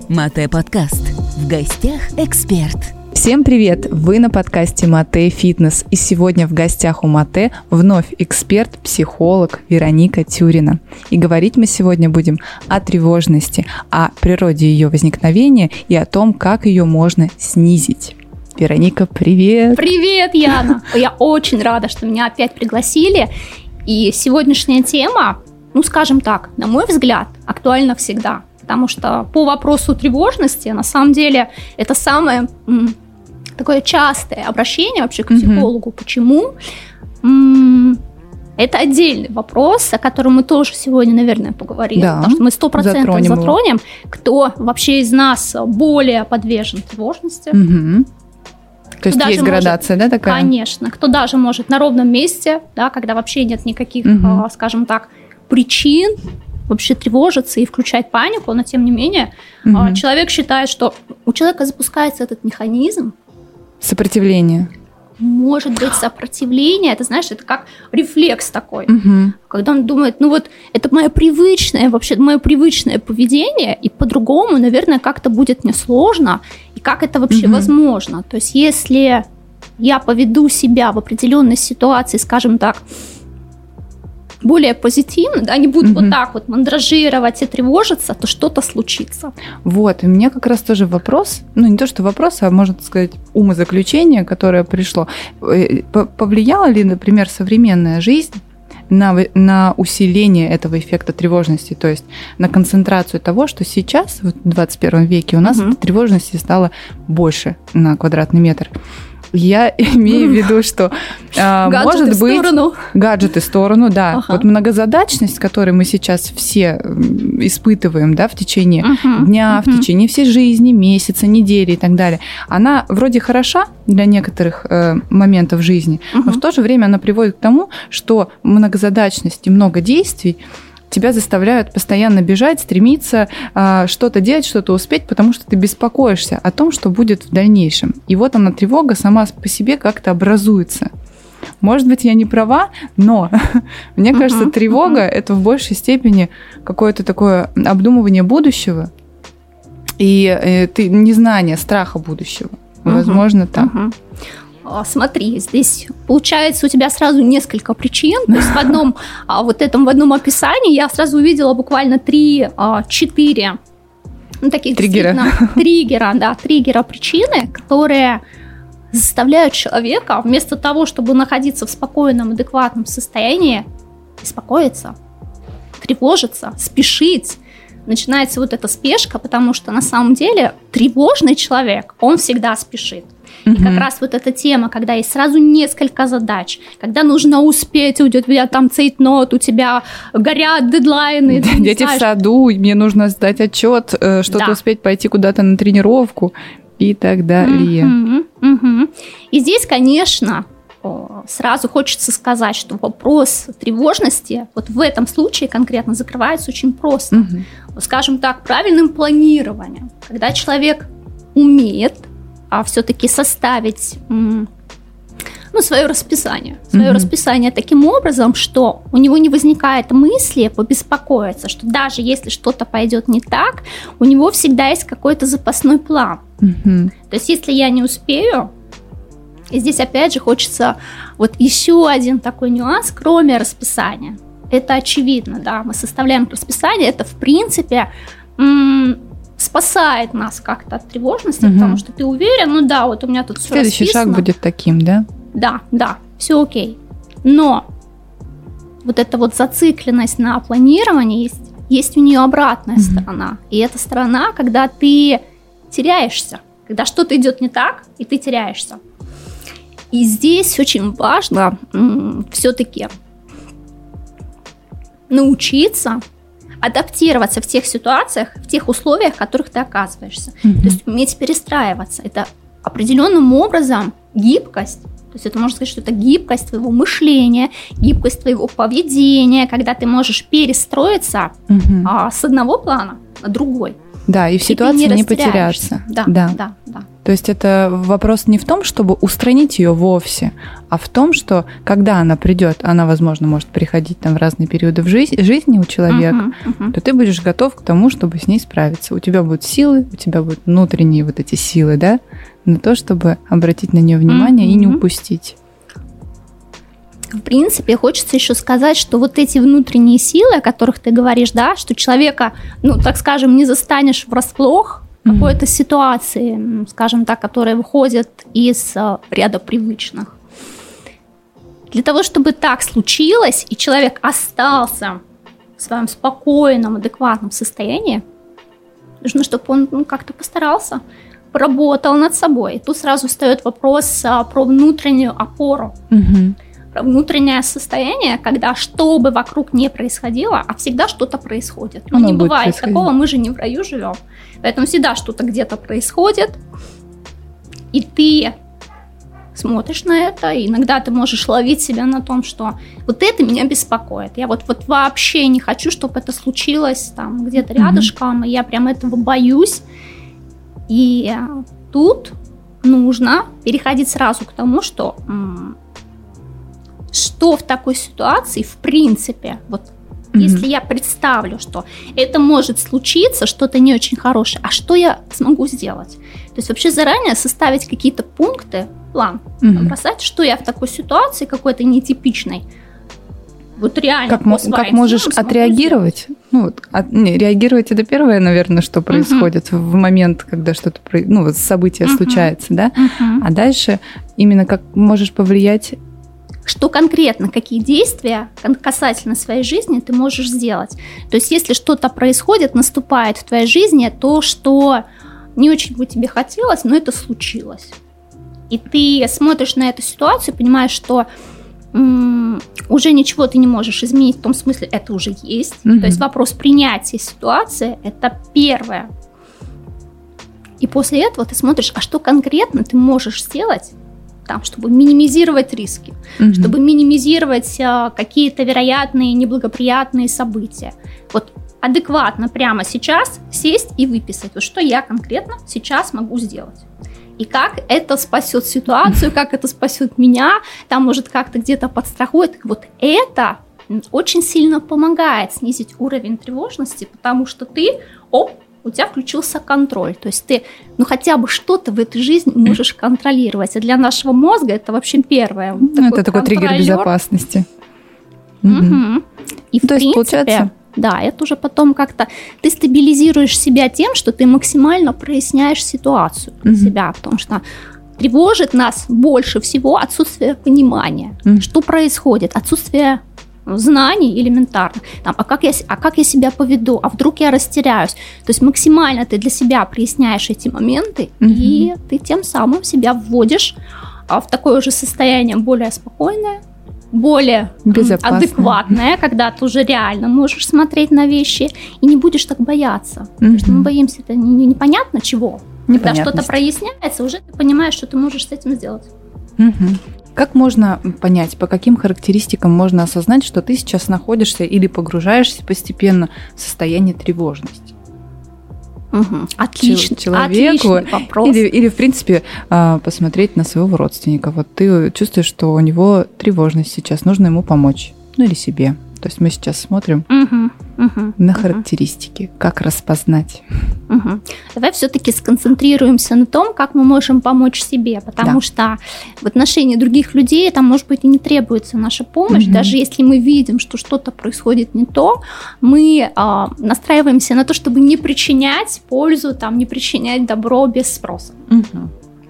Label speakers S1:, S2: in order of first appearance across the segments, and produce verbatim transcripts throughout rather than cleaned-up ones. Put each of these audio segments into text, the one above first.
S1: Мате подкаст. В гостях эксперт.
S2: Всем привет! Вы на подкасте Мате Фитнес. И сегодня в гостях у Мате вновь эксперт, психолог Вероника Тюрина. И говорить мы сегодня будем о тревожности, о природе ее возникновения и о том, как ее можно снизить. Вероника, привет!
S3: Привет, Яна! Я очень рада, что меня опять пригласили. И сегодняшняя тема, ну, скажем так, на мой взгляд, актуальна всегда. Потому что по вопросу тревожности, на самом деле, это самое м, такое частое обращение вообще к психологу. Mm-hmm. Почему? М, это отдельный вопрос, о котором мы тоже сегодня, наверное, поговорим. Да, потому что мы сто процентов затронем, затронем кто вообще из нас более подвержен тревожности.
S2: Mm-hmm. То есть есть градация, может, да, такая?
S3: Конечно. Кто даже может на ровном месте, да, когда вообще нет никаких, mm-hmm. скажем так, причин вообще тревожиться и включать панику, но тем не менее mm-hmm. человек считает, что у человека запускается этот механизм
S2: сопротивления.
S3: Может быть сопротивление, это, знаешь, это как рефлекс такой,
S2: mm-hmm.
S3: когда он думает, ну вот это мое привычное, вообще мое привычное поведение, и по-другому, наверное, как-то будет мне сложно, и как это вообще mm-hmm. возможно. То есть если я поведу себя в определенной ситуации, скажем так, более позитивно, да, не будут mm-hmm. вот так вот мандражировать и тревожиться, то что-то случится.
S2: Вот, и у меня как раз тоже вопрос, ну не то, что вопрос, а можно сказать умозаключение, которое пришло. Повлияла ли, например, современная жизнь на, на усиление этого эффекта тревожности, то есть на концентрацию того, что сейчас, в двадцать первом веке, у нас mm-hmm. тревожности стало больше на квадратный метр. Я имею в виду, что э, может быть... Гаджеты в сторону. Гаджеты в сторону, да. Ага. Вот многозадачность, которую мы сейчас все испытываем, да, в течение uh-huh. дня, uh-huh. в течение всей жизни, месяца, недели и так далее, она вроде хороша для некоторых э, моментов жизни, uh-huh. но в то же время она приводит к тому, что многозадачность и много действий тебя заставляют постоянно бежать, стремиться э, что-то делать, что-то успеть, потому что ты беспокоишься о том, что будет в дальнейшем. И вот она, тревога, сама по себе как-то образуется. Может быть, я не права, но мне uh-huh, кажется, тревога uh-huh. – это в большей степени какое-то такое обдумывание будущего и э, ты, незнание, страха будущего. Uh-huh, Возможно, так.
S3: Uh-huh. Смотри, здесь получается у тебя сразу несколько причин. То есть в одном вот этом в одном описании я сразу увидела буквально три-четыре ну, таких
S2: триггера.
S3: триггера, да, триггера причины, которые заставляют человека вместо того, чтобы находиться в спокойном, адекватном состоянии, беспокоиться, тревожиться, спешить. Начинается вот эта спешка, потому что на самом деле тревожный человек, он всегда спешит. И uh-huh. как раз вот эта тема, когда есть сразу несколько задач, когда нужно успеть, у тебя там цейтнот, у тебя горят дедлайны.
S2: Дети в саду, мне нужно сдать отчет, что-то да. успеть пойти куда-то на тренировку и так далее.
S3: Uh-huh. Uh-huh. И здесь, конечно, сразу хочется сказать, что вопрос тревожности вот в этом случае конкретно закрывается очень просто. Uh-huh. Скажем так, правильным планированием, когда человек умеет а все-таки составить ну, свое расписание. Свое mm-hmm. расписание таким образом, что у него не возникает мысли побеспокоиться, что даже если что-то пойдет не так, у него всегда есть какой-то запасной план. Mm-hmm. То есть если я не успею, и здесь опять же хочется вот еще один такой нюанс, кроме расписания. Это очевидно, да, мы составляем расписание, это в принципе... М- спасает нас как-то от тревожности, угу. потому что ты уверен, ну да, вот у меня тут все
S2: Следующий
S3: расписано.
S2: шаг будет таким, да?
S3: Да, да, все окей. Но вот эта вот зацикленность на планировании есть, есть у нее обратная угу. сторона. И эта сторона, когда ты теряешься, когда что-то идет не так, и ты теряешься. И здесь очень важно м- все-таки научиться адаптироваться в тех ситуациях, в тех условиях, в которых ты оказываешься. Mm-hmm. То есть уметь перестраиваться. Это определенным образом гибкость. То есть это можно сказать, что это гибкость твоего мышления, гибкость твоего поведения, когда ты можешь перестроиться mm-hmm. а, с одного плана на другой.
S2: Да, и в ситуации и не, не потеряться.
S3: Да, да, да, да.
S2: То есть это вопрос не в том, чтобы устранить ее вовсе, а в том, что когда она придет, она, возможно, может приходить там в разные периоды в жизни, жизни у человека, uh-huh, uh-huh. то ты будешь готов к тому, чтобы с ней справиться. У тебя будут силы, у тебя будут внутренние вот эти силы, да, на то, чтобы обратить на нее внимание uh-huh. и не упустить.
S3: В принципе, хочется еще сказать, что вот эти внутренние силы, о которых ты говоришь, да, что человека, ну, так скажем, не застанешь врасплох, какой-то ситуации, скажем так, которая выходит из uh, ряда привычных. Для того, чтобы так случилось, и человек остался в своем спокойном, адекватном состоянии, нужно, чтобы он ну, как-то постарался, поработал над собой. И тут сразу встает вопрос uh, про внутреннюю опору. Mm-hmm. Про внутреннее состояние, когда что бы вокруг ни происходило, а всегда что-то происходит. Ну, не бывает такого, мы же не в раю живем. Поэтому всегда что-то где-то происходит, и ты смотришь на это, и иногда ты можешь ловить себя на том, что вот это меня беспокоит. Я вот, вот вообще не хочу, чтобы это случилось там где-то mm-hmm. рядышком, и я прям этого боюсь. И тут нужно переходить сразу к тому, что... что в такой ситуации, в принципе, вот mm-hmm. если я представлю, что это может случиться, что-то не очень хорошее, а что я смогу сделать? То есть вообще заранее составить какие-то пункты, план, mm-hmm. набросать, что я в такой ситуации какой-то нетипичной, вот реально
S2: как, как можешь отреагировать? Ну, вот, от, не, реагировать это первое, наверное, что происходит uh-huh. в момент, когда что-то, ну, вот событие uh-huh. случается, да? Uh-huh. А дальше именно как можешь повлиять.
S3: Что конкретно, какие действия касательно своей жизни ты можешь сделать. То есть если что-то происходит, наступает в твоей жизни, то, что не очень бы тебе хотелось, но это случилось. И ты смотришь на эту ситуацию, понимаешь, что м- уже ничего ты не можешь изменить, в том смысле, это уже есть. Mm-hmm. То есть вопрос принятия ситуации – это первое. И после этого ты смотришь, а что конкретно ты можешь сделать, там, чтобы минимизировать риски, mm-hmm. чтобы минимизировать а, какие-то вероятные неблагоприятные события. Вот адекватно прямо сейчас сесть и выписать, вот что я конкретно сейчас могу сделать. И как это спасет ситуацию, как это спасет меня, там, может, как-то где-то подстрахует. Вот это очень сильно помогает снизить уровень тревожности, потому что ты, оп, у тебя включился контроль. То есть ты, ну, хотя бы что-то в этой жизни можешь контролировать. А для нашего мозга это вообще первое.
S2: Ну, такой это такой триггер безопасности.
S3: Угу. Угу. И в
S2: То
S3: принципе,
S2: есть, получается...
S3: да, это уже потом как-то ты стабилизируешь себя тем, что ты максимально проясняешь ситуацию для угу. себя, потому что тревожит нас больше всего отсутствие понимания, угу. что происходит, отсутствие знаний элементарно, там, а, как я, а как я себя поведу, а вдруг я растеряюсь. То есть максимально ты для себя проясняешь эти моменты, mm-hmm. и ты тем самым себя вводишь а, в такое уже состояние более спокойное, более адекватное, когда ты уже реально можешь смотреть на вещи и не будешь так бояться. Mm-hmm. Потому что мы боимся это непонятно чего. Когда что-то проясняется, уже ты понимаешь, что ты можешь с этим сделать.
S2: Mm-hmm. Как можно понять, по каким характеристикам можно осознать, что ты сейчас находишься или погружаешься постепенно в состояние тревожности?
S3: Угу. Отлично,
S2: человеку,
S3: отличный вопрос.
S2: Или, или, в принципе, посмотреть на своего родственника. Вот ты чувствуешь, что у него тревожность сейчас, нужно ему помочь. Ну или себе. То есть мы сейчас смотрим
S3: угу, угу,
S2: на характеристики, угу. как распознать.
S3: Угу. Давай все-таки сконцентрируемся на том, как мы можем помочь себе, потому да. что в отношении других людей там, может быть, и не требуется наша помощь. Угу. Даже если мы видим, что что-то происходит не то, мы а, настраиваемся на то, чтобы не причинять пользу, там, не причинять добро без спроса.
S2: Угу.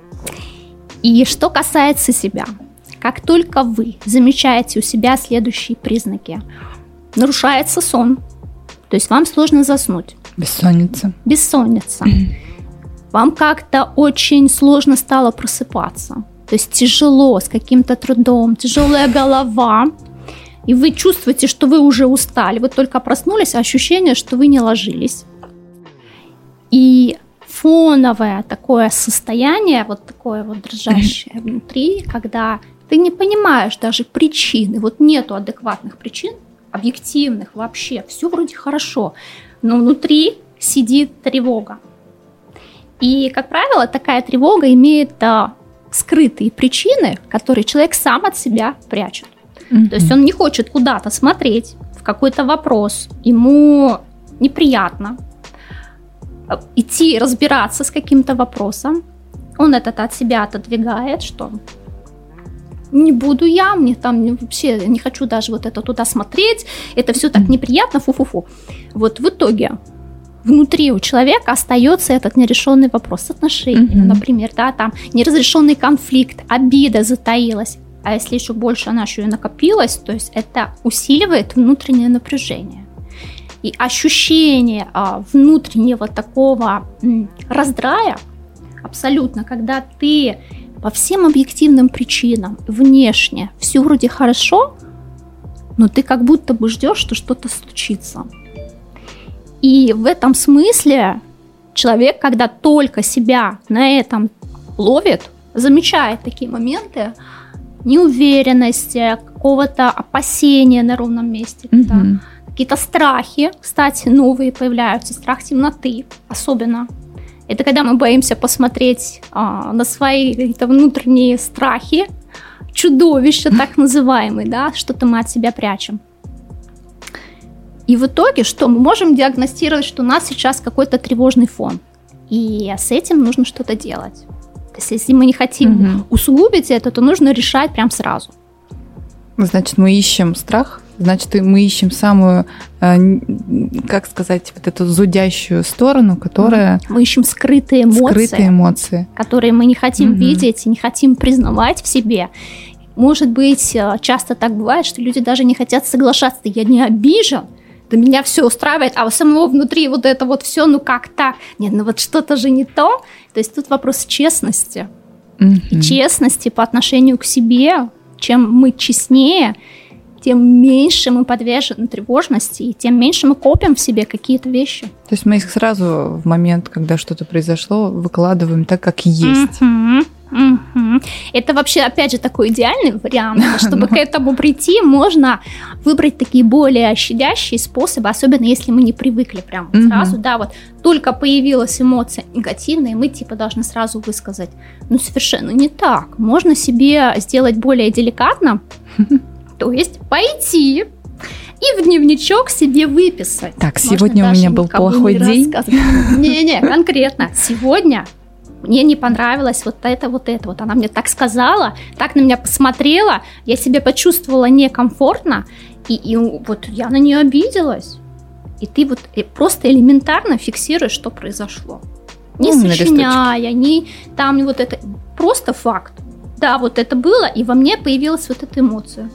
S3: И что касается себя. Как только вы замечаете у себя следующие признаки, нарушается сон, то есть вам сложно заснуть.
S2: Бессонница.
S3: Бессонница. Вам как-то очень сложно стало просыпаться. То есть тяжело, с каким-то трудом, тяжелая голова. И вы чувствуете, что вы уже устали. Вы только проснулись, а ощущение, что вы не ложились. И фоновое такое состояние, вот такое вот дрожащее внутри, когда... ты не понимаешь даже причины. Вот нету адекватных причин, объективных вообще. Все вроде хорошо, но внутри сидит тревога. И, как правило, такая тревога имеет а, скрытые причины, которые человек сам от себя прячет. Mm-hmm. То есть он не хочет куда-то смотреть, в какой-то вопрос, ему неприятно идти разбираться с каким-то вопросом, он это от себя отодвигает, что не буду я, мне там вообще не хочу даже вот это туда смотреть, это все так неприятно, фу-фу-фу. Вот в итоге внутри у человека остается этот нерешенный вопрос с отношениями, mm-hmm. например, да, там неразрешенный конфликт, обида затаилась, а если еще больше она еще и накопилась, то есть это усиливает внутреннее напряжение. И ощущение а, внутреннего такого м, раздрая абсолютно, когда ты по всем объективным причинам внешне все вроде хорошо, но ты как будто бы ждешь, что что-то случится. И в этом смысле человек, когда только себя на этом ловит, замечает такие моменты неуверенности, какого-то опасения на ровном месте, mm-hmm. какие-то страхи, кстати, новые появляются, страх темноты особенно. Это когда мы боимся посмотреть а, на свои какие-то внутренние страхи, чудовища так называемые, да, что-то мы от себя прячем. И в итоге что? Мы можем диагностировать, что у нас сейчас какой-то тревожный фон. И с этим нужно что-то делать. То есть если мы не хотим угу. усугубить это, то нужно решать прям сразу.
S2: Значит, мы ищем страх, значит, мы ищем самую, как сказать, вот эту зудящую сторону, которая...
S3: Мы ищем скрытые эмоции,
S2: скрытые эмоции.
S3: которые мы не хотим угу. видеть, не хотим признавать в себе. Может быть, часто так бывает, что люди даже не хотят соглашаться. Я не обижен, да меня все устраивает, а у самого внутри вот это вот все, ну как так? Нет, ну вот что-то же не то. То есть тут вопрос честности. Угу. И честности по отношению к себе. Чем мы честнее, тем меньше мы подвержены тревожности, и тем меньше мы копим в себе какие-то вещи.
S2: То есть мы их сразу в момент, когда что-то произошло, выкладываем так, как есть.
S3: Uh-huh, uh-huh. Это вообще, опять же, такой идеальный вариант. Чтобы к этому прийти, можно выбрать такие более щадящие способы, особенно если мы не привыкли прям сразу. Да, вот только появилась эмоция негативная, мы типа должны сразу высказать. Ну, совершенно не так. Можно себе сделать более деликатно, то есть пойти и в дневничок себе выписать.
S2: Так, можно сегодня у меня был плохой день.
S3: Не-не, конкретно. Сегодня мне не понравилось вот это, вот это. Вот она мне так сказала, так на меня посмотрела, я себя почувствовала некомфортно, и, и вот я на нее обиделась. И ты вот просто элементарно фиксируешь, что произошло. Не ну, сочиняя, не там вот это. Просто факт. Да, вот это было, и во мне появилась вот эта эмоция.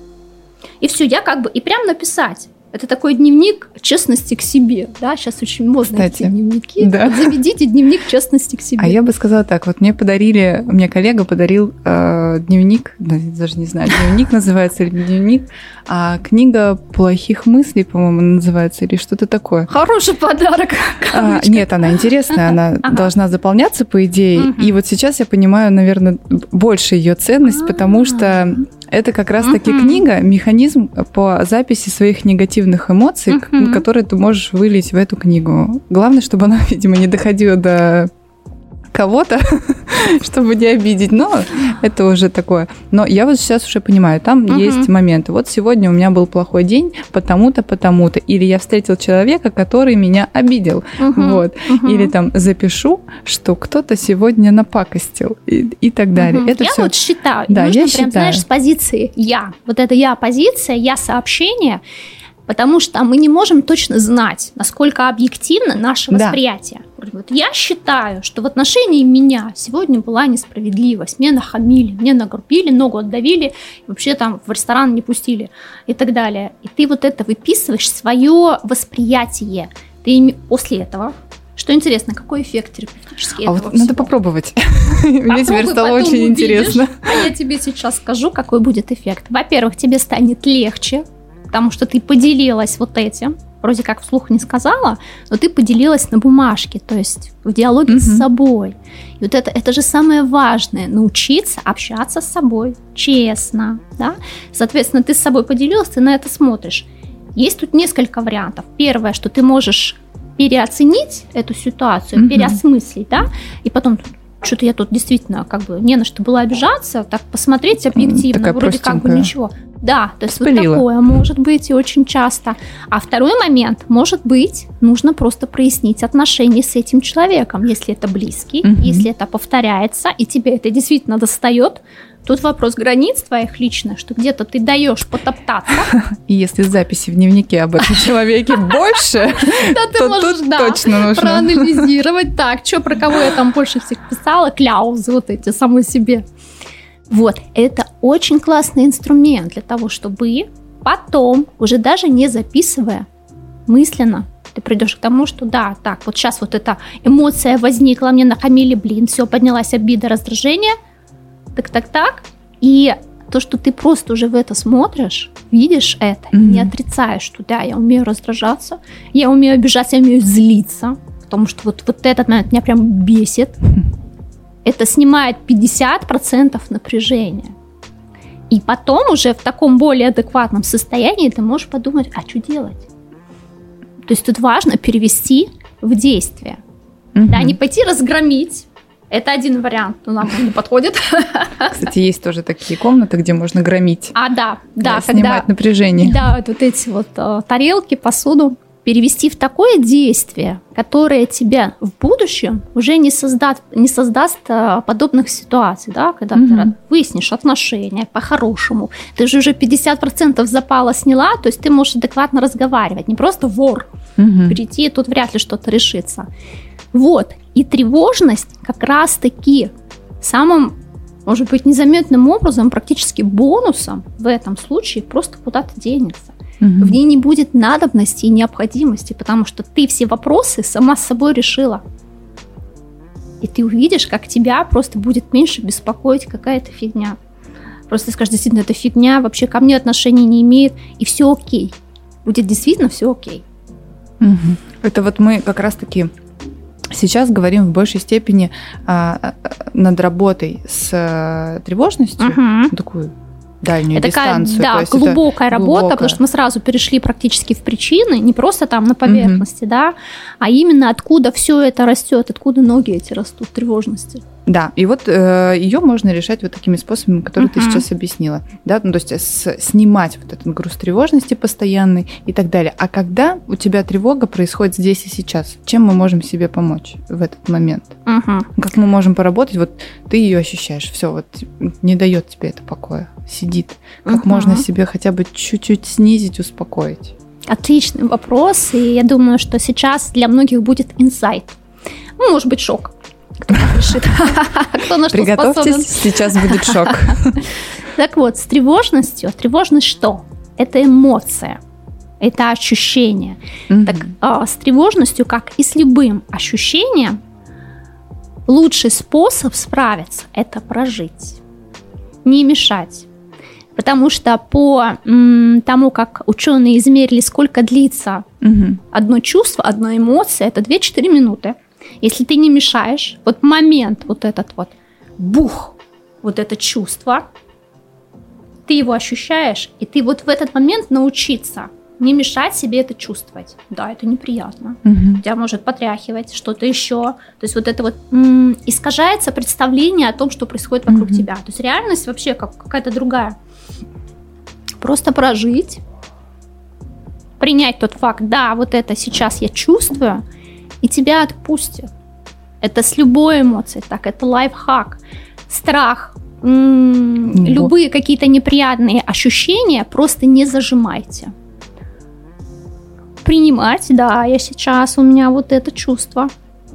S3: И все, я как бы, и прям написать. Это такой дневник честности к себе. Да, сейчас очень модно эти дневники. Да. Вот заведите дневник честности к себе.
S2: А я бы сказала так, вот мне подарили, мне коллега подарил э, дневник, даже не знаю, дневник называется или дневник, а книга плохих мыслей, по-моему, называется, или что-то такое.
S3: Хороший подарок.
S2: А, нет, она интересная, она ага. должна заполняться, по идее. Угу. И вот сейчас я понимаю, наверное, больше ее ценность, А-а-а. потому что это как раз-таки uh-huh. книга, механизм по записи своих негативных эмоций, uh-huh. которые ты можешь вылить в эту книгу. Главное, чтобы она, видимо, не доходила до кого-то, чтобы не обидеть, но это уже такое. Но я вот сейчас уже понимаю, там uh-huh. есть моменты. Вот сегодня у меня был плохой день, потому-то, потому-то. Или я встретил человека, который меня обидел. Uh-huh. Вот. Uh-huh. Или там запишу, что кто-то сегодня напакостил и, и так далее. Uh-huh. Это
S3: я
S2: всё...
S3: вот считаю.
S2: Да,
S3: нужно
S2: я
S3: прям,
S2: считаю.
S3: знаешь, с позиции «я». Вот это «я-позиция», «я-сообщение». Потому что мы не можем точно знать, насколько объективно наше да. восприятие. Вот я считаю, что в отношении меня сегодня была несправедливость. Мне нахамили, мне нагрубили, ногу отдавили, вообще там в ресторан не пустили и так далее. И ты вот это выписываешь, свое восприятие. Ты после этого... Что интересно, какой эффект терапевтический?
S2: А вот всего? Надо попробовать. Мне теперь стало очень интересно.
S3: А я тебе сейчас скажу, какой будет эффект. Во-первых, тебе станет легче, потому что ты поделилась вот этим, вроде как вслух не сказала, но ты поделилась на бумажке, то есть в диалоге mm-hmm. с собой. И вот это, это же самое важное, научиться общаться с собой честно, да? Соответственно, ты с собой поделилась, ты на это смотришь. Есть тут несколько вариантов. Первое, что ты можешь переоценить эту ситуацию, mm-hmm. переосмыслить, да, и потом что-то я тут действительно как бы не на что было обижаться, так посмотреть объективно,
S2: такая
S3: вроде как бы ничего. Да, то есть
S2: Спылила.
S3: Вот такое может быть и очень часто. А второй момент, может быть, нужно просто прояснить отношения с этим человеком, если это близкий, mm-hmm. если это повторяется, и тебе это действительно достает. Тут вопрос границ твоих личных, что где-то ты даешь потоптаться.
S2: И если записи в дневнике об этом человеке больше, то тут точно нужно
S3: проанализировать. Так, что про кого я там больше всех писала, кляузы вот эти самой себе. Вот, это очень классный инструмент для того, чтобы потом, уже даже не записывая, мысленно, ты придешь к тому, что да, так, вот сейчас вот эта эмоция возникла, мне нахамили, блин, все, поднялась обида, раздражение, так, так, так, и то, что ты просто уже в это смотришь, видишь это, mm-hmm. не отрицаешь, что да, я умею раздражаться, я умею обижаться, я умею злиться, потому что вот, вот этот момент меня прям бесит. Это снимает пятьдесят процентов напряжения. И потом уже в таком более адекватном состоянии ты можешь подумать, а что делать? То есть тут важно перевести в действие. Mm-hmm. Да, не пойти разгромить. Это один вариант, но нам не подходит.
S2: Кстати, есть тоже такие комнаты, где можно громить.
S3: А, да, да.
S2: да снимать когда, напряжение.
S3: Да, вот эти вот э, тарелки, посуду. Перевести в такое действие, которое тебя в будущем уже не создаст, не создаст а, подобных ситуаций, да, когда mm-hmm. ты выяснишь отношения по-хорошему. Ты же уже пятьдесят процентов запала сняла, то есть ты можешь адекватно разговаривать, не просто вор. Mm-hmm. Прийти, тут вряд ли что-то решится. Вот. И тревожность как раз-таки самым, может быть, незаметным образом, практически бонусом в этом случае просто куда-то денется. Угу. В ней не будет надобности и необходимости, потому что ты все вопросы сама с собой решила. И ты увидишь, как тебя просто будет меньше беспокоить какая-то фигня. Просто скажешь, действительно, эта фигня вообще ко мне отношения не имеет, и все окей. Будет действительно все окей.
S2: Угу. Это вот мы как раз-таки сейчас говорим в большей степени а, над работой с а, тревожностью, угу. такую дальнюю
S3: это
S2: дистанцию.
S3: Такая, да,
S2: есть
S3: глубокая работа,
S2: глубокая.
S3: Потому что мы сразу перешли практически в причины, не просто там на поверхности, угу. да, а именно откуда все это растет, откуда ноги эти растут, тревожности.
S2: Да, и вот э, ее можно решать вот такими способами, которые uh-huh. ты сейчас объяснила. Да? Ну, то есть с, снимать вот этот груз тревожности постоянный и так далее. А когда у тебя тревога происходит здесь и сейчас, чем мы можем себе помочь в этот момент? Uh-huh. Как мы можем поработать? Вот ты ее ощущаешь, все, вот не дает тебе это покоя, сидит. Как uh-huh. можно себе хотя бы чуть-чуть снизить, успокоить?
S3: Отличный вопрос, и я думаю, что сейчас для многих будет инсайт. Ну, может быть, шок. Кто так решит? Кто на что
S2: Приготовьтесь,
S3: способен?
S2: Сейчас будет шок.
S3: Так вот, с тревожностью. Тревожность что? Это эмоция, это ощущение. Mm-hmm. Так, а, с тревожностью, как и с любым ощущением, лучший способ справиться – это прожить, не мешать. Потому что по м, тому, как ученые измерили, сколько длится mm-hmm. одно чувство, одна эмоция, это две-четыре минуты. Если ты не мешаешь, вот момент вот этот вот, бух, вот это чувство, ты его ощущаешь, и ты вот в этот момент научиться не мешать себе это чувствовать. Да, это неприятно. Угу. Тебя может потряхивать, что-то еще. То есть вот это вот м- искажается представление о том, что происходит вокруг угу. тебя. То есть реальность вообще как какая-то другая. Просто прожить, принять тот факт, да, вот это сейчас я чувствую, и тебя отпустят. Это с любой эмоцией так, это лайфхак. Страх, м- mm-hmm. любые какие-то неприятные ощущения просто не зажимайте. Принимать, да, я сейчас, у меня вот это чувство.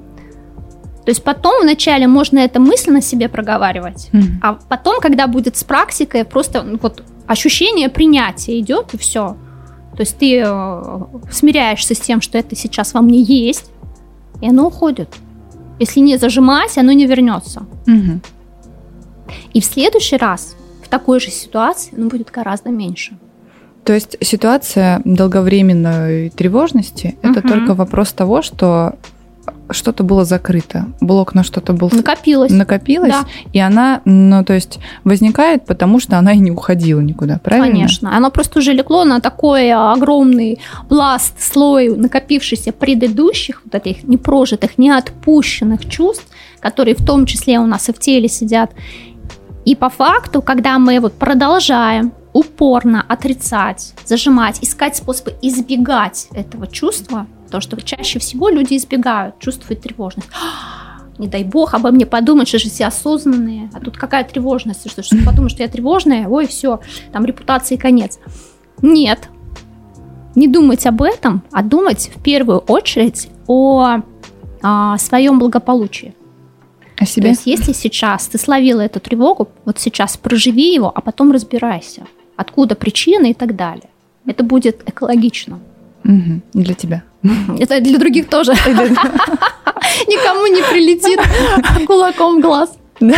S3: То есть потом вначале можно это мысленно себе проговаривать, mm-hmm. а потом, когда будет с практикой, просто вот ощущение принятия идет, и все. То есть ты э, смиряешься с тем, что это сейчас во мне есть, и оно уходит. Если не зажимать, оно не вернется. Угу. И в следующий раз в такой же ситуации оно будет гораздо меньше.
S2: То есть ситуация долговременной тревожности угу. это только вопрос того, что что-то было закрыто, блок на что-то был...
S3: Накопилось.
S2: Накопилось, да. И она, ну, то есть, возникает, потому что она и не уходила никуда, правильно?
S3: Конечно. Оно просто уже легло на такой огромный пласт, слой накопившихся предыдущих, вот этих непрожитых, неотпущенных чувств, которые в том числе у нас и в теле сидят. И по факту, когда мы вот продолжаем упорно отрицать, зажимать, искать способы избегать этого чувства, потому что чаще всего люди избегают, чувствуют тревожность. Не дай бог обо мне подумать, что же все осознанные, а тут какая тревожность, что, что подумают, что я тревожная, ой, все, там репутации конец. Нет, не думать об этом, а думать в первую очередь о, о своем благополучии.
S2: О себе?
S3: То есть если сейчас ты словила эту тревогу, вот сейчас проживи его, а потом разбирайся, откуда причины и так далее. Это будет экологично.
S2: Угу. Для тебя.
S3: Это для других тоже. Никому не прилетит кулаком в глаз. Да,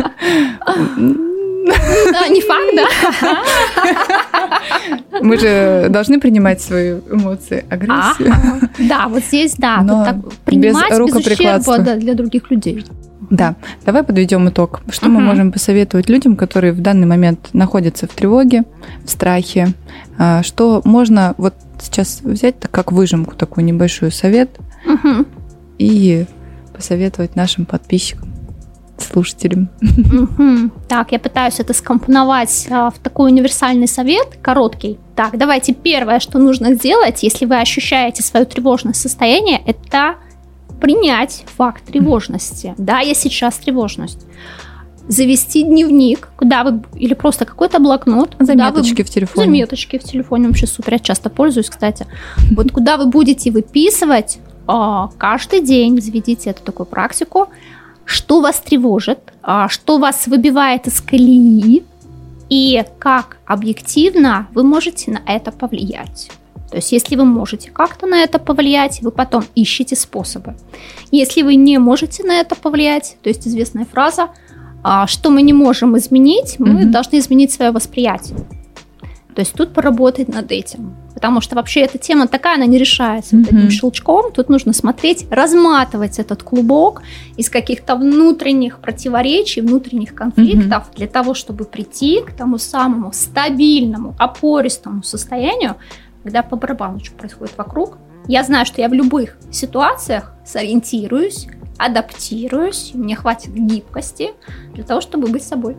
S3: не факт,
S2: да? Мы же должны принимать свои эмоции, агрессию.
S3: Да, вот здесь, да. Принимать без ущерба для других людей.
S2: Да, давай подведем итог. Что uh-huh. мы можем посоветовать людям, которые в данный момент находятся в тревоге, в страхе? Что можно вот сейчас взять, так как выжимку, такую небольшую совет, uh-huh. и посоветовать нашим подписчикам, слушателям?
S3: Uh-huh. Так, я пытаюсь это скомпоновать а, в такой универсальный совет, короткий. Так, давайте первое, что нужно сделать, если вы ощущаете свое тревожное состояние, это принять факт тревожности. Да, я сейчас тревожность. Завести дневник, куда вы, или просто какой-то блокнот.
S2: Заметочки
S3: вы,
S2: в телефоне.
S3: Заметочки в телефоне, вообще супер, я часто пользуюсь, кстати. Вот куда вы будете выписывать а, каждый день, заведите эту такую практику, что вас тревожит, а, что вас выбивает из колеи, и как объективно вы можете на это повлиять. То есть, если вы можете как-то на это повлиять, вы потом ищете способы. Если вы не можете на это повлиять, то есть известная фраза, что мы не можем изменить, мы mm-hmm. должны изменить свое восприятие. То есть тут поработать над этим. Потому что вообще эта тема такая, она не решается mm-hmm. вот этим щелчком. Тут нужно смотреть, разматывать этот клубок из каких-то внутренних противоречий, внутренних конфликтов mm-hmm. для того, чтобы прийти к тому самому стабильному, опористому состоянию, когда по барабану что происходит вокруг. Я знаю, что я в любых ситуациях сориентируюсь, адаптируюсь, и мне хватит гибкости для того, чтобы быть собой.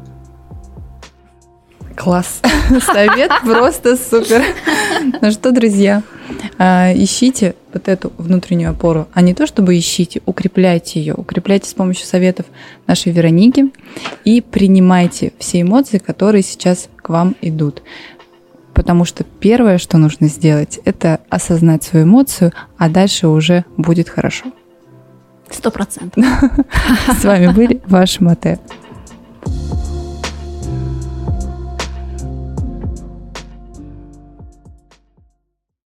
S2: Класс. Совет просто супер. Ну что, друзья, ищите вот эту внутреннюю опору, а не то, чтобы ищите, укрепляйте ее, укрепляйте с помощью советов нашей Вероники и принимайте все эмоции, которые сейчас к вам идут. Потому что первое, что нужно сделать, это осознать свою эмоцию, а дальше уже будет хорошо.
S3: Сто процентов.
S2: С вами были ваши Мате.